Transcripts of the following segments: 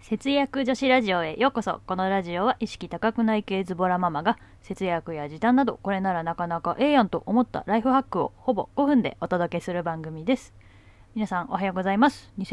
節約女子ラジオへようこそ。このラジオは意識高くない系ズボラママが節約や時短などこれならなかなかええやんと思ったライフハックをほぼ5分でお届けする番組です。皆さんおはようございます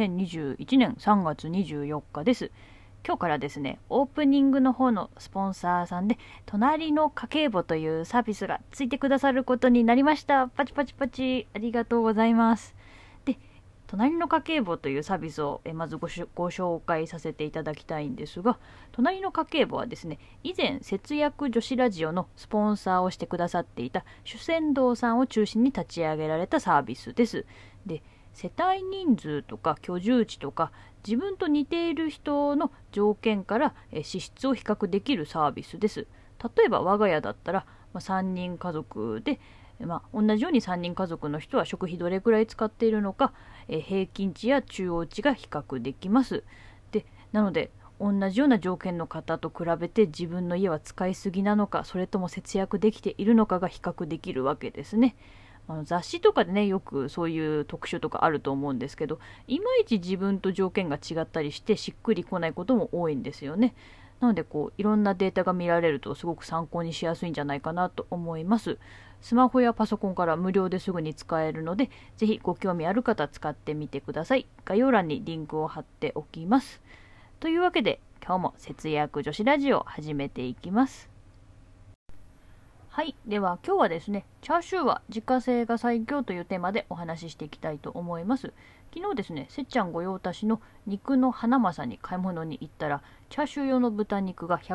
。2021年3月24日です。今日からですね、オープニングの方のスポンサーさんで隣の家計簿というサービスがついてくださることになりました。パチパチパチ、ありがとうございます。で、隣の家計簿というサービスをまずご紹介させていただきたいんですが、隣の家計簿はですね、以前節約女子ラジオのスポンサーをしてくださっていた主船堂さんを中心に立ち上げられたサービスです。で、世帯人数とか居住地とか自分と似ている人の条件から支出を比較できるサービスです。例えば我が家だったら、3人家族で、同じように3人家族の人は食費どれくらい使っているのか、平均値や中央値が比較できます。で、なので同じような条件の方と比べて自分の家は使いすぎなのか、それとも節約できているのかが比較できるわけですね。雑誌とかでね、よくそういう特集とかあると思うんですけど、いまいち自分と条件が違ったりしてしっくりこないことも多いんですよね。なのでいろんなデータが見られるとすごく参考にしやすいんじゃないかなと思います。スマホやパソコンから無料ですぐに使えるので、ぜひご興味ある方使ってみてください。概要欄にリンクを貼っておきます。というわけで、今日も節約女子ラジオを始めていきます。はい。では今日はですね、チャーシューは自家製が最強というテーマでお話ししていきたいと思います。昨日ですね、せっちゃん御用達の肉の花正に買い物に行ったら、チャーシュー用の豚肉が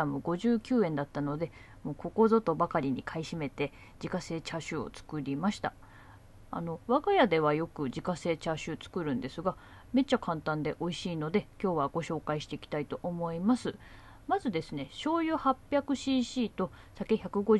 100g59 円だったので、もうここぞとばかりに買い占めて自家製チャーシューを作りました。我が家ではよく自家製チャーシュー作るんですが、めっちゃ簡単で美味しいので、今日はご紹介していきたいと思います。まずですね、醤油 800cc と酒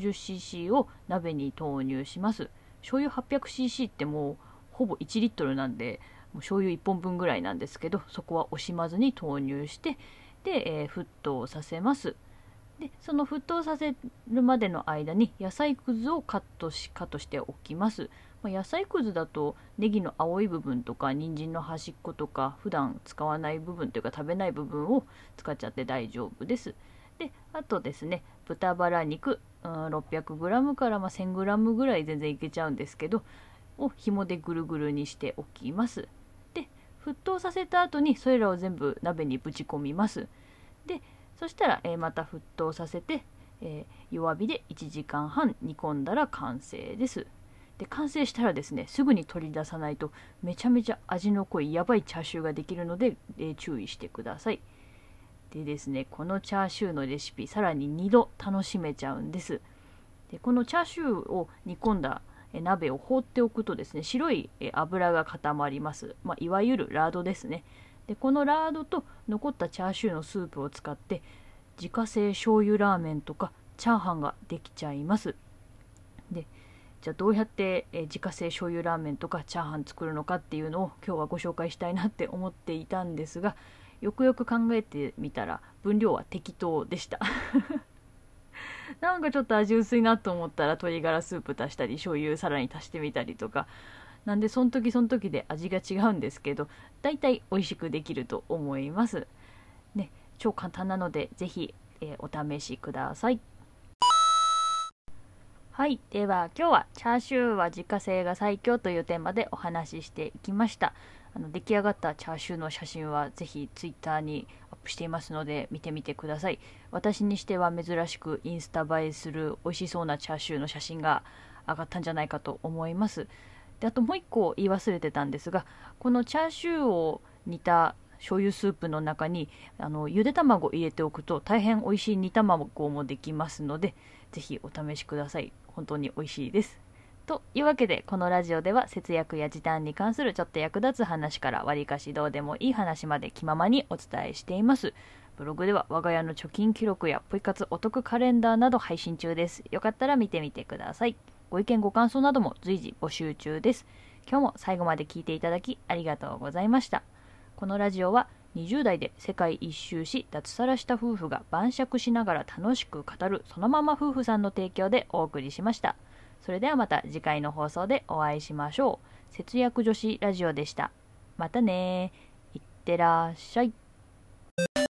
150cc を鍋に投入します。醤油 800cc ってもうほぼ1リットルなんで、もう醤油1本分ぐらいなんですけど、そこは惜しまずに投入して、で、沸騰させます。で、その沸騰させるまでの間に野菜くずをカットしておきます。野菜くずだとネギの青い部分とか人参の端っことか普段使わない部分というか食べない部分を使っちゃって大丈夫です。で、あとですね、豚バラ肉、600g から1000g ぐらい全然いけちゃうんですけど、を紐でぐるぐるにしておきます。で、沸騰させた後にそれらを全部鍋にぶち込みます。で、そしたら、また沸騰させて、弱火で1時間半煮込んだら完成です。で、完成したらですね、すぐに取り出さないとめちゃめちゃ味の濃いやばいチャーシューができるので、注意してください。でですね、このチャーシューのレシピさらに2度楽しめちゃうんです。で、このチャーシューを煮込んだ鍋を放っておくとですね、白い油が固まります。いわゆるラードですね。で、このラードと残ったチャーシューのスープを使って自家製醤油ラーメンとかチャーハンができちゃいます。で、じゃあどうやって自家製醤油ラーメンとかチャーハン作るのかっていうのを今日はご紹介したいなって思っていたんですが、よくよく考えてみたら分量は適当でしたなんかちょっと味薄いなと思ったら鶏ガラスープ足したり醤油さらに足してみたりとか、なんでその時その時で味が違うんですけど、だいたい美味しくできると思いますね。超簡単なのでぜひ、お試しください。はい。では今日はチャーシューは自家製が最強というテーマでお話ししていきました。出来上がったチャーシューの写真はぜひツイッターにアップしていますので見てみてください。私にしては珍しくインスタ映えする美味しそうなチャーシューの写真が上がったんじゃないかと思います。で、あともう一個言い忘れてたんですが、このチャーシューを煮た醤油スープの中にゆで卵を入れておくと大変美味しい煮卵もできますので、ぜひお試しください。本当に美味しいです。というわけで、このラジオでは節約や時短に関するちょっと役立つ話からわりかしどうでもいい話まで気ままにお伝えしています。ブログでは我が家の貯金記録やポイ活お得カレンダーなど配信中です。よかったら見てみてください。ご意見ご感想なども随時募集中です。今日も最後まで聞いていただきありがとうございました。このラジオは20代で世界一周し脱サラした夫婦が晩酌しながら楽しく語るそのまま夫婦さんの提供でお送りしました。それではまた次回の放送でお会いしましょう。節約女子ラジオでした。またね。いってらっしゃい。